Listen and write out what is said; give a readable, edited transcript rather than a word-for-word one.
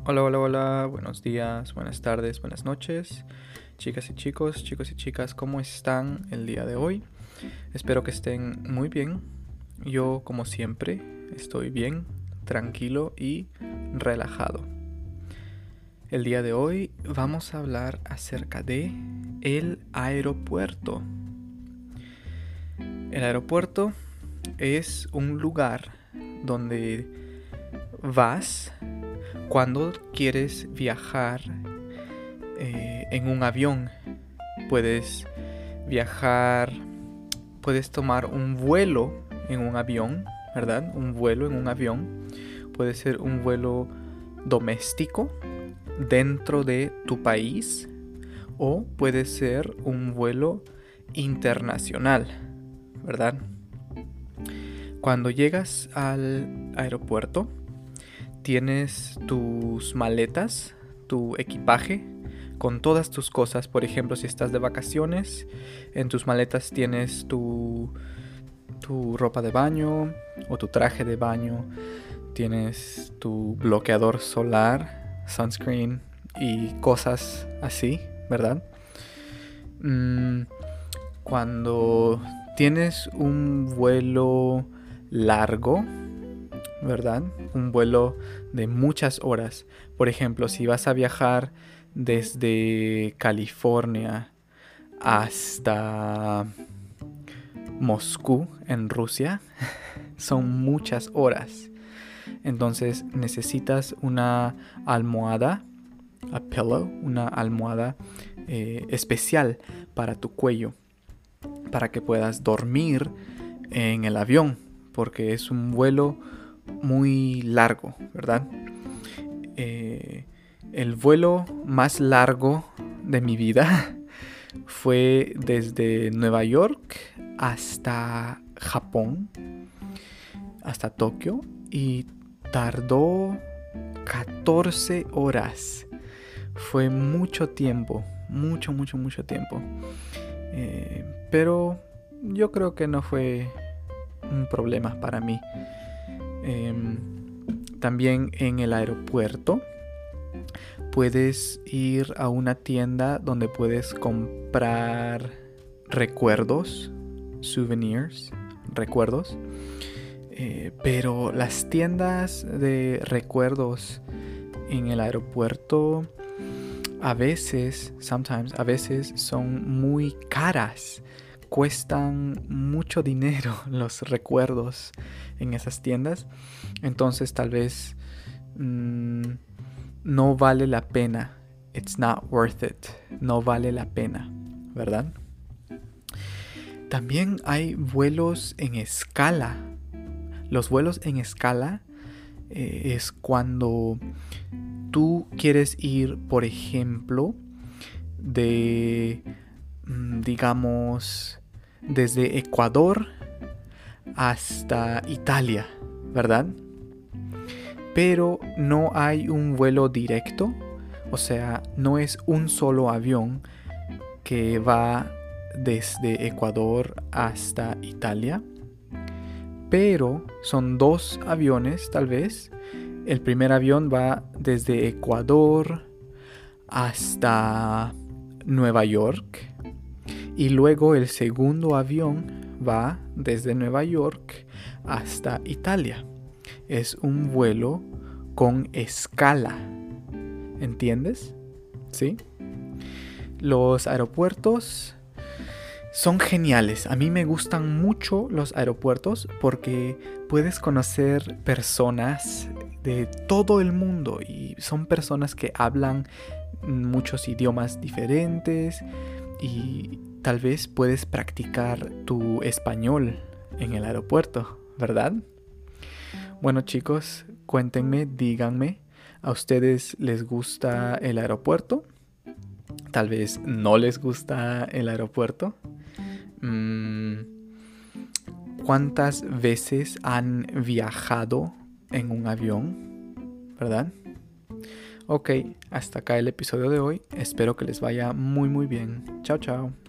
Hola, hola, hola, buenos días, buenas tardes, buenas noches, chicas y chicos, chicos y chicas, ¿cómo están el día de hoy? Espero que estén muy bien. Yo, como siempre, estoy bien, tranquilo y relajado. El día de hoy vamos a hablar acerca de el aeropuerto. El aeropuerto es un lugar donde vas cuando quieres viajar en un avión. Puedes viajar, puedes tomar un vuelo en un avión, ¿verdad? Un vuelo en un avión. Puede ser un vuelo doméstico dentro de tu país o puede ser un vuelo internacional, ¿verdad? Cuando llegas al aeropuerto, tienes tus maletas, tu equipaje, con todas tus cosas. Por ejemplo, si estás de vacaciones, en tus maletas tienes tu ropa de baño o tu traje de baño, tienes tu bloqueador solar, sunscreen y cosas así, ¿verdad? Cuando tienes un vuelo largo, ¿verdad? Un vuelo de muchas horas. Por ejemplo, si vas a viajar desde California hasta Moscú, en Rusia, son muchas horas. Entonces necesitas una almohada, a pillow, una almohada especial para tu cuello, para que puedas dormir en el avión, porque es un vuelo muy largo, ¿verdad? El vuelo más largo de mi vida fue desde Nueva York hasta Japón, hasta Tokio, y tardó 14 horas. Fue mucho tiempo, mucho tiempo. Pero yo creo que no fue un problema para mí. También en el aeropuerto puedes ir a una tienda donde puedes comprar recuerdos, souvenirs, recuerdos. Pero las tiendas de recuerdos en el aeropuerto a veces son muy caras. Cuestan mucho dinero los recuerdos en esas tiendas. Entonces tal vez no vale la pena. It's not worth it. No vale la pena, ¿verdad? También hay vuelos en escala. Los vuelos en escala es cuando tú quieres ir, por ejemplo, digamos, desde Ecuador hasta Italia, ¿verdad? Pero no hay un vuelo directo, o sea, no es un solo avión que va desde Ecuador hasta Italia, pero son dos aviones tal vez. El primer avión va desde Ecuador hasta Nueva York y luego el segundo avión va desde Nueva York hasta Italia. Es un vuelo con escala, ¿entiendes? ¿Sí? Los aeropuertos son geniales. A mí me gustan mucho los aeropuertos porque puedes conocer personas de todo el mundo y son personas que hablan muchos idiomas diferentes y tal vez puedes practicar tu español en el aeropuerto, ¿verdad? Bueno, chicos, cuéntenme, díganme, ¿a ustedes les gusta el aeropuerto? Tal vez no les gusta el aeropuerto. ¿Cuántas veces han viajado en un avión? ¿Verdad? Ok, hasta acá el episodio de hoy. Espero que les vaya muy bien. Chao, chao.